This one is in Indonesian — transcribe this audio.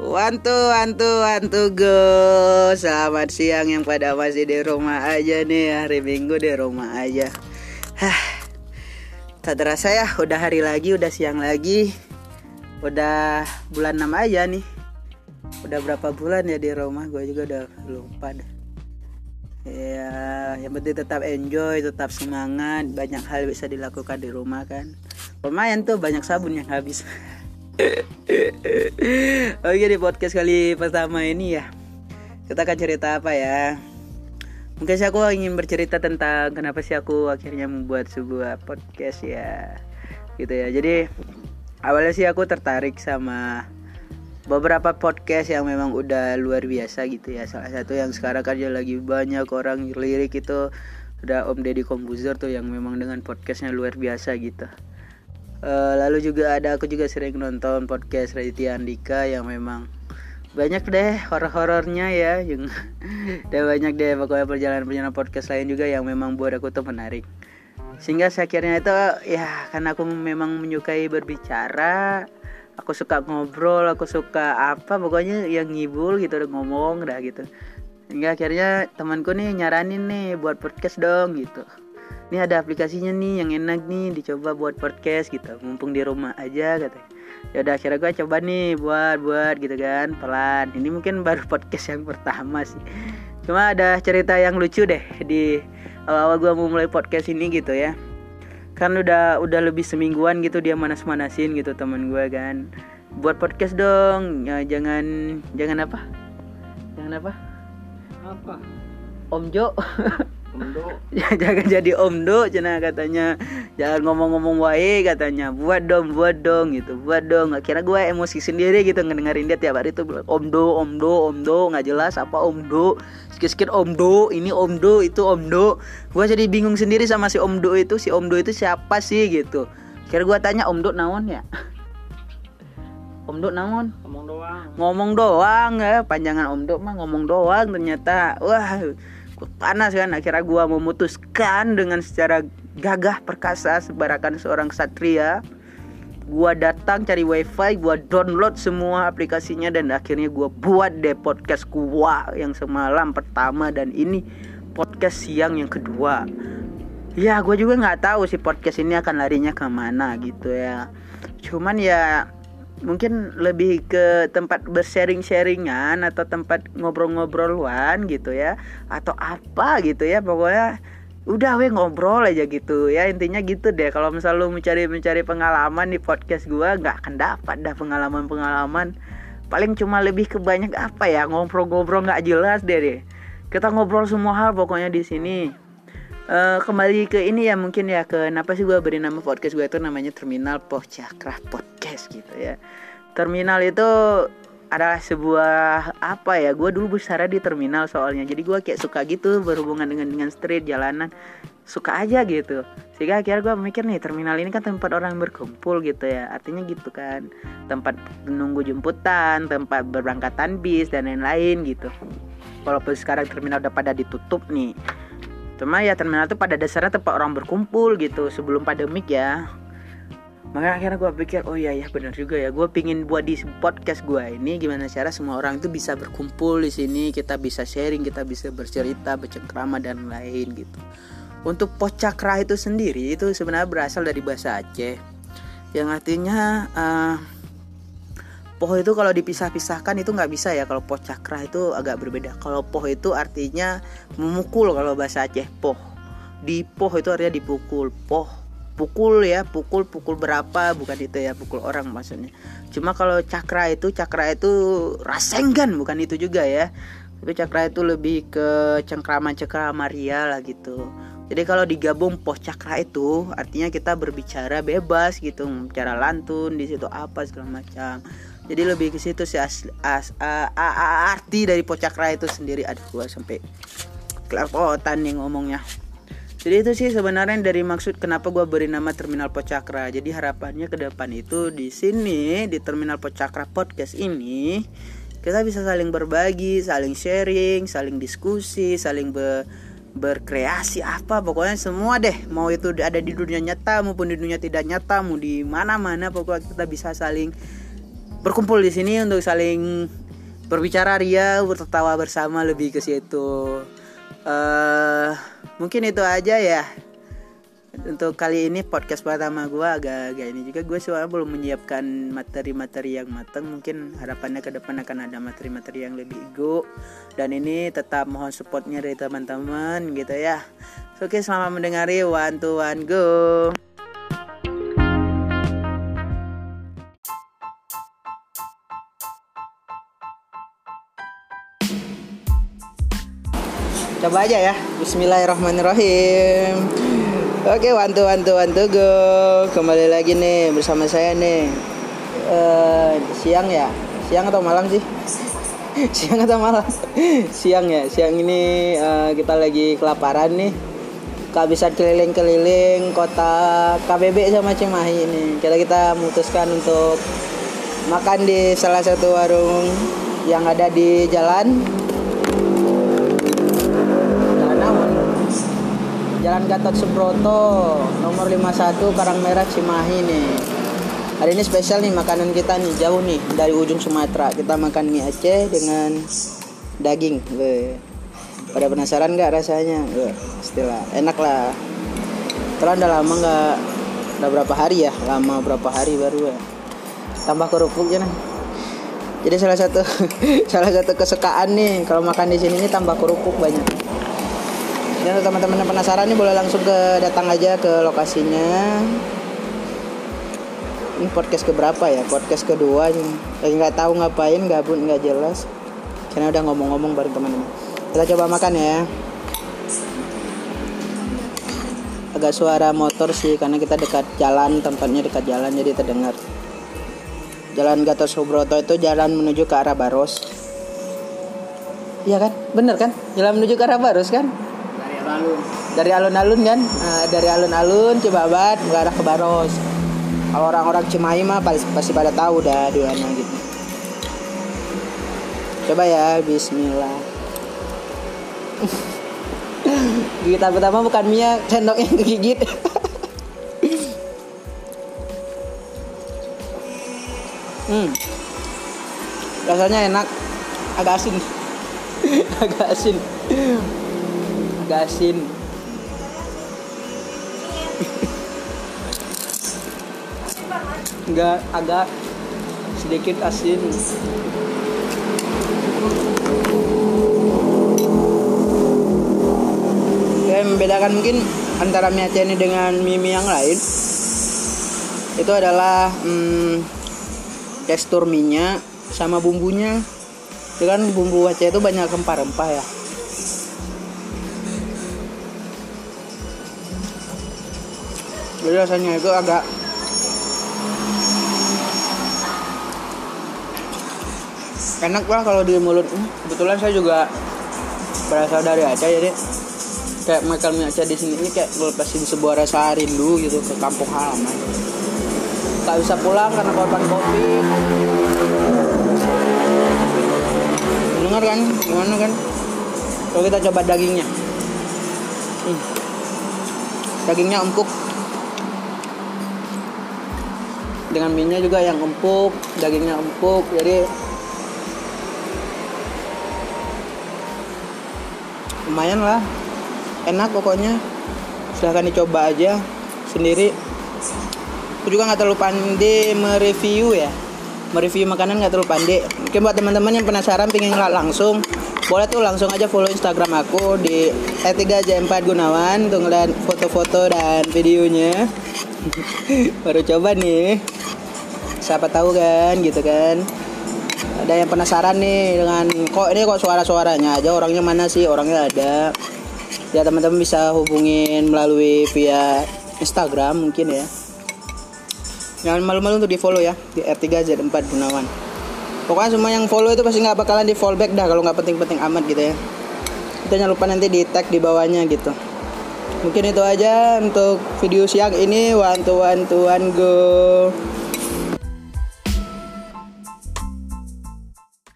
Wantu go. Selamat siang yang pada masih di rumah aja nih. Hari Minggu di rumah aja. Tak terasa ya, udah hari lagi, udah siang lagi. Udah bulan 6 aja nih. Udah berapa bulan ya di rumah, gue juga udah lupa dah. Ya, yang penting tetap enjoy, tetap semangat. Banyak hal bisa dilakukan di rumah kan. Lumayan tuh, banyak sabun yang habis. Oke, di podcast kali pertama ini ya, kita akan cerita apa ya. Mungkin sih aku ingin bercerita tentang kenapa sih aku akhirnya membuat sebuah podcast ya, gitu ya. Jadi awalnya sih aku tertarik sama beberapa podcast yang memang udah luar biasa gitu ya. Salah satu yang sekarang kan lagi banyak orang lirik itu udah Om Deddy Komposer tuh, yang memang dengan podcastnya luar biasa gitu. Lalu juga aku juga sering nonton podcast Raditya Andika yang memang banyak deh horor-horornya ya. Dan banyak deh pokoknya perjalanan podcast lain juga yang memang buat aku tuh menarik. Sehingga akhirnya itu ya, karena aku memang menyukai berbicara, aku suka ngobrol, aku suka pokoknya yang ngibul gitu, ngomong dah gitu. Hingga akhirnya temanku nih nyaranin nih buat podcast dong gitu. Ini ada aplikasinya nih yang enak nih, dicoba buat podcast gitu. Mumpung di rumah aja katanya. Ya udah, akhirnya gue coba nih buat gitu kan, pelan. Ini mungkin baru podcast yang pertama sih. Cuma ada cerita yang lucu deh di awal-awal gue mau mulai podcast ini gitu ya. Kan udah lebih semingguan gitu dia manas-manasin gitu teman gue kan. Buat podcast dong. Ya, jangan apa? Apa? Om Jo. Ya, jangan jadi Om Do cina katanya. Jangan ngomong-ngomong wae katanya. Buat dong gitu. Buat dong. Akhirnya gue emosi sendiri gitu ngedengerin dia tiap hari tuh bilang Om Do, enggak jelas apa Om Do. Sikit-sikit Om Do, ini Om Do, itu Om Do. Gue jadi bingung sendiri sama si Om Do itu. Si Om Do itu siapa sih gitu. Akhirnya gue tanya Om Do naon ya? Om Do naon? Ngomong doang ya. Panjangan Om Do mah ngomong doang ternyata. Wah, panas kan. Akhirnya gue memutuskan dengan secara gagah perkasa sebarakan seorang satria, gue datang cari wifi, gue download semua aplikasinya, dan akhirnya gue buat deh podcast gue yang semalam pertama, dan ini podcast siang yang kedua. Ya gue juga nggak tahu sih podcast ini akan larinya kemana gitu ya. Cuman ya mungkin lebih ke tempat bersharing-sharingan atau tempat ngobrol-ngobrolan gitu ya, atau apa gitu ya. Pokoknya udah ngobrol aja gitu ya, intinya gitu deh. Kalau misal lu mencari pengalaman di podcast gua, nggak akan dapat dah pengalaman. Paling cuma lebih ke banyak ngobrol-ngobrol nggak jelas deh. Kita ngobrol semua hal pokoknya di sini. Kembali ke ini ya, mungkin ya, kenapa sih gue beri nama podcast gue itu namanya Terminal Pocakra Podcast gitu ya. Terminal itu adalah sebuah gue dulu besar di terminal soalnya, jadi gue kayak suka gitu berhubungan dengan street, jalanan, suka aja gitu. Sehingga akhirnya gue mikir nih, terminal ini kan tempat orang berkumpul gitu ya, artinya gitu kan, tempat menunggu jemputan, tempat berberangkatan bis dan lain-lain gitu. Walaupun sekarang terminal udah pada ditutup nih, cuma ya terminal itu pada dasarnya tempat orang berkumpul gitu sebelum pandemik ya. Makanya akhirnya gue pikir, oh iya benar juga ya, gue pingin buat di podcast gue ini gimana cara semua orang itu bisa berkumpul di sini, kita bisa sharing, kita bisa bercerita, bercengkrama dan lain gitu. Untuk Pocakra itu sendiri itu sebenarnya berasal dari bahasa Aceh yang artinya poh itu kalau dipisah-pisahkan itu nggak bisa ya. Kalau Pocakra itu agak berbeda. Kalau poh itu artinya memukul kalau bahasa Aceh. Poh, di poh itu artinya dipukul. Poh, pukul ya, pukul berapa, bukan itu ya, pukul orang maksudnya. Cuma kalau cakra itu rasenggan, bukan itu juga ya. Tapi cakra itu lebih ke cengkrama ria lah gitu. Jadi kalau digabung poh cakra itu artinya kita berbicara bebas gitu, bicara lantun di situ apa segala macam. Jadi lebih ke situ sih arti dari Pocakra itu sendiri. Aduh, gua sampai kelepotan nih ngomongnya. Jadi itu sih sebenarnya dari maksud kenapa gua beri nama Terminal Pocakra. Jadi harapannya ke depan itu di sini, di Terminal Pocakra Podcast ini, kita bisa saling berbagi, saling sharing, saling diskusi, saling berkreasi pokoknya semua deh. Mau itu ada di dunia nyata maupun di dunia tidak nyata, mau di mana-mana, pokoknya kita bisa saling berkumpul di sini untuk saling berbicara ria, tertawa bersama, lebih ke situ. Mungkin itu aja ya. Untuk kali ini podcast pertama gue agak ini juga, gue soalnya belum menyiapkan materi-materi yang matang. Mungkin harapannya ke depan akan ada materi-materi yang lebih go. Dan ini tetap mohon supportnya dari teman-teman gitu ya. Oke, selamat mendengari One to One Go. Coba aja ya. Bismillahirrahmanirrahim. Oke, one to go. Kembali lagi nih bersama saya nih. Siang ya? Siang atau malam sih? Siang atau malam? Siang ya. Siang ini kita lagi kelaparan nih. Kehabisan keliling-keliling kota KBB sama Cimahi ini. Kita memutuskan untuk makan di salah satu warung yang ada di Jalan Gatot Subroto nomor 51 Karangmerah Cimahi nih. Hari ini spesial nih makanan kita nih, jauh nih dari ujung Sumatera. Kita makan mie Aceh dengan daging. Pada penasaran nggak rasanya? Pastilah enak lah. Terus udah lama nggak, udah berapa hari ya? Lama berapa hari baru ya. Tambah kerupuk ya nah. Jadi salah satu kesukaan nih kalau makan di sini nih tambah kerupuk banyak. Dan teman-teman yang penasaran nih boleh langsung datang aja ke lokasinya. Ini podcast keberapa ya? Podcast kedua nih. Lagi nggak tahu ngapain, gabut nggak jelas. Karena udah ngomong-ngomong bareng teman-teman. Kita coba makan ya. Agak suara motor sih karena kita dekat jalan, tempatnya dekat jalan jadi terdengar. Jalan Gatot Subroto itu jalan menuju ke arah Baros. Iya kan? Bener kan? Jalan menuju ke arah Baros kan? Dari alun-alun kan, dari alun-alun Cibabat ke arah ke Baros. Kalau orang-orang Cimahi mah pasti pada tahu dah di mana gitu. Coba ya, Bismillah. Gigitan pertama bukan mie, sendok yang kegigit. Rasanya enak, agak asin. Agak asin. Enggak, agak sedikit asin. Yang membedakan mungkin antara mie Aceh ini dengan mie yang lain itu adalah tekstur mie-nya sama bumbunya. Itu kan bumbu Aceh itu banyak rempah-rempah ya. Jadi rasanya itu agak enak lah kalau di mulut. Kebetulan saya juga berasal dari Aceh, jadi kayak makan mie Aceh di sini ini kayak melepasin sebuah rasa rindu gitu ke kampung halaman. Tak bisa pulang karena korban COVID. Dengar kan? Gimana kan? Kalau kita coba dagingnya. Dagingnya empuk. Dengan mie-nya juga yang empuk, dagingnya empuk, jadi lumayan lah, enak pokoknya. Silahkan dicoba aja sendiri. Aku juga nggak terlalu pandai mereview makanan, nggak terlalu pandai. Mungkin buat teman-teman yang penasaran pengen ngeliat langsung, boleh tuh langsung aja follow Instagram aku di @3j4gunawan untuk ngeliat foto-foto dan videonya. Baru coba nih, siapa tahu kan gitu kan, ada yang penasaran nih dengan kok suara-suaranya aja, orangnya mana sih, orangnya ada ya. Teman-teman bisa hubungin melalui via Instagram mungkin ya. Jangan malu-malu untuk di follow ya di R3Z4Gunawan. Pokoknya semua yang follow itu pasti nggak bakalan di follow back dah kalau nggak penting-penting amat gitu ya. Kita jangan lupa nanti di tag di bawahnya gitu. Mungkin itu aja untuk video siang ini. One to one go.